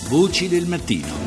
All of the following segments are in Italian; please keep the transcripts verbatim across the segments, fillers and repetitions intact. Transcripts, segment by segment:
Voci del mattino.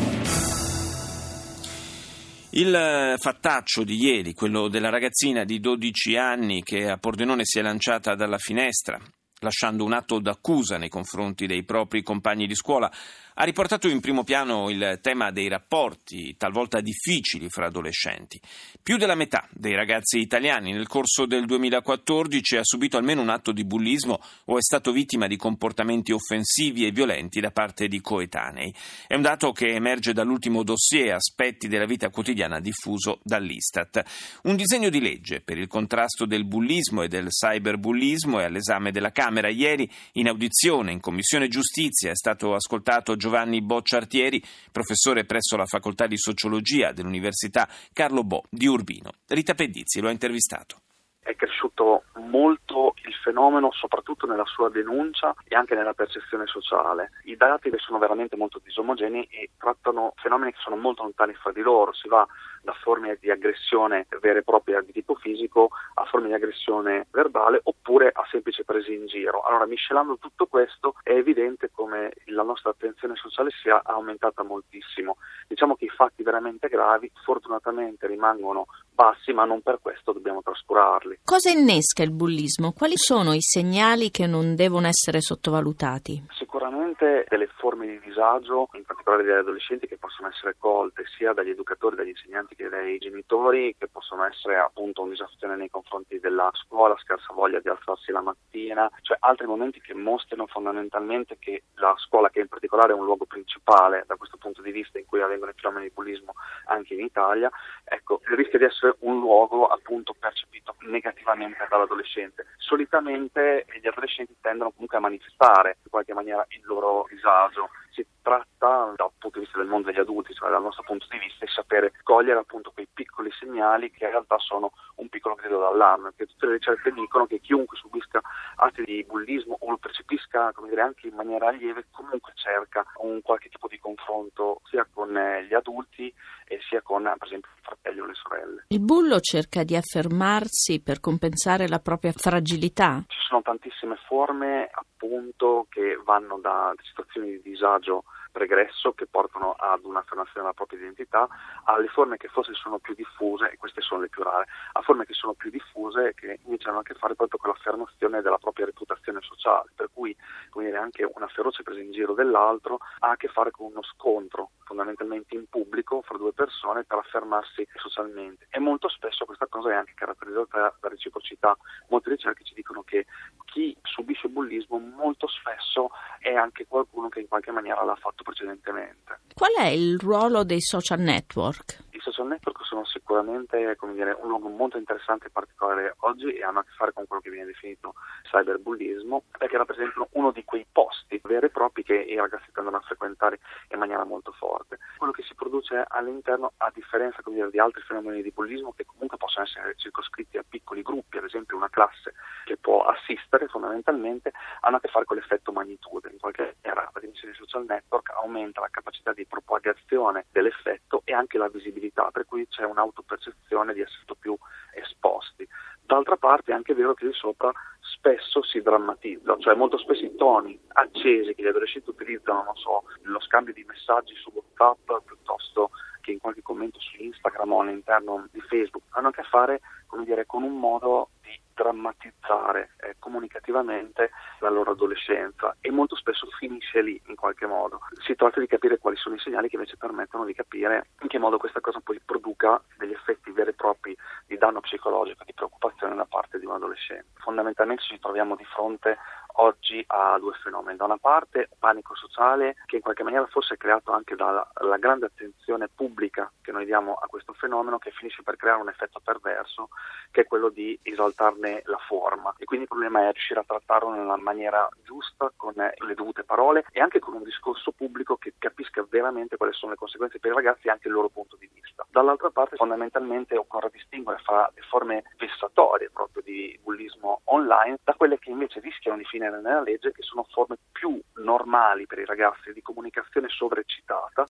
Il fattaccio di ieri, quello della ragazzina di dodici anni che a Pordenone si è lanciata dalla finestra, lasciando un atto d'accusa nei confronti dei propri compagni di scuola, ha riportato in primo piano il tema dei rapporti, talvolta difficili, fra adolescenti. Più della metà dei ragazzi italiani nel corso del duemilaquattordici ha subito almeno un atto di bullismo o è stato vittima di comportamenti offensivi e violenti da parte di coetanei. È un dato che emerge dall'ultimo dossier Aspetti della vita quotidiana diffuso dall'Istat. Un disegno di legge per il contrasto del bullismo e del cyberbullismo è all'esame della Camera. Ieri, in audizione in Commissione Giustizia, è stato ascoltato Giovanni Bocciartieri, professore presso la Facoltà di Sociologia dell'Università Carlo Bo di Urbino. Rita Pedizzi lo ha intervistato. È cresciuto molto il fenomeno, soprattutto nella sua denuncia e anche nella percezione sociale. I dati sono veramente molto disomogenei e trattano fenomeni che sono molto lontani fra di loro. Si va da forme di aggressione vera e propria di tipo fisico a forme di aggressione verbale oppure a semplice prese in giro. Allora, miscelando tutto questo, è evidente come la nostra attenzione sociale sia aumentata moltissimo. Diciamo che i fatti veramente gravi fortunatamente rimangono bassi, ma non per questo dobbiamo trascurarli. Cosa innesca il bullismo? Quali sono i segnali che non devono essere sottovalutati? Sicuramente delle forme di disagio, in particolare degli adolescenti, che possono essere colte sia dagli educatori, dagli insegnanti che dai genitori, che possono essere appunto un disaffione nei confronti della scuola, scarsa voglia di alzarsi la mattina, cioè altri momenti che mostrano fondamentalmente che la scuola, che in particolare è un luogo principale da questo punto di vista in cui avvengono i fenomeni di bullismo anche in Italia, ecco, rischia di essere un luogo appunto percepito negativamente dall'adolescente. Solitamente gli adolescenti tendono comunque a manifestare in qualche maniera il loro disagio. Si tratta, dal punto di vista del mondo degli adulti, cioè dal nostro punto di vista, di sapere cogliere appunto quei piccoli segnali che in realtà sono un piccolo grido d'allarme, perché tutte le ricerche dicono che chiunque subisca atti di bullismo o lo percepisca, come dire, anche in maniera lieve, comunque cerca un qualche tipo di confronto sia con gli adulti e sia con, per esempio, i fratelli o le sorelle. Il bullo cerca di affermarsi per compensare la propria fragilità? Ci sono tantissime forme appunto che vanno da situazioni di disagio pregresso che portano ad un'affermazione della propria identità, alle forme che forse sono più diffuse, e queste sono le più rare, a forme che sono più diffuse che invece hanno a che fare proprio con l'affermazione della propria reputazione sociale, per cui, come dire, anche una feroce presa in giro dell'altro ha a che fare con uno scontro fondamentalmente in pubblico fra due persone per affermarsi socialmente, e molto spesso questa cosa è anche caratterizzata da reciprocità. Molte ricerche ci dicono che chi subisce bullismo molto spesso è anche qualcuno che in qualche maniera l'ha fatto precedentemente. Qual è il ruolo dei social network? I social network sono sicuramente, come dire, un luogo molto interessante, in particolare oggi, e hanno a che fare con quello che viene definito cyberbullismo, perché rappresentano uno di quei posti veri e propri che i ragazzi tendono a frequentare in maniera molto forte. Quello che si produce all'interno, a differenza, come dire, di altri fenomeni di bullismo che comunque possono essere circoscritti a piccoli gruppi, ad esempio una classe che può assistere, fondamentalmente hanno a che fare con l'effetto magnitude. In qualche maniera la dimensione dei social network aumenta la capacità di propagazione dell'effetto e anche la visibilità, per cui c'è un'autopercezione di essere più esposti. D'altra parte è anche vero che di sopra spesso si drammatizza, cioè molto spesso i toni accesi che gli adolescenti utilizzano, non so, nello scambio di messaggi su WhatsApp piuttosto che in qualche commento su Instagram o all'interno di Facebook, hanno a che fare, come dire, con un modo di drammatizzare eh, comunicativamente la loro adolescenza, e molto spesso finisce lì in qualche modo. Si tratta di capire quali sono i segnali che invece permettono di capire in che modo questa cosa poi produca degli effetti veri e propri di danno psicologico, di preoccupazione da parte di un adolescente. Fondamentalmente ci troviamo di fronte oggi a due fenomeni. Da una parte panico sociale, che in qualche maniera forse è creato anche dalla la grande attenzione pubblica che noi diamo a questo fenomeno, che finisce per creare un effetto perverso, che è quello di esaltarne la forma, e quindi il problema è riuscire a trattarlo nella maniera giusta, con le dovute parole e anche con un discorso pubblico che capisca veramente quali sono le conseguenze per i ragazzi e anche il loro punto di vista. Dall'altra parte fondamentalmente occorre distinguere fra le forme vessatorie proprio di bullismo online da quelle che invece rischiano di finire nella legge, che sono forme più normali per i ragazzi di comunicazione sovraeccitata,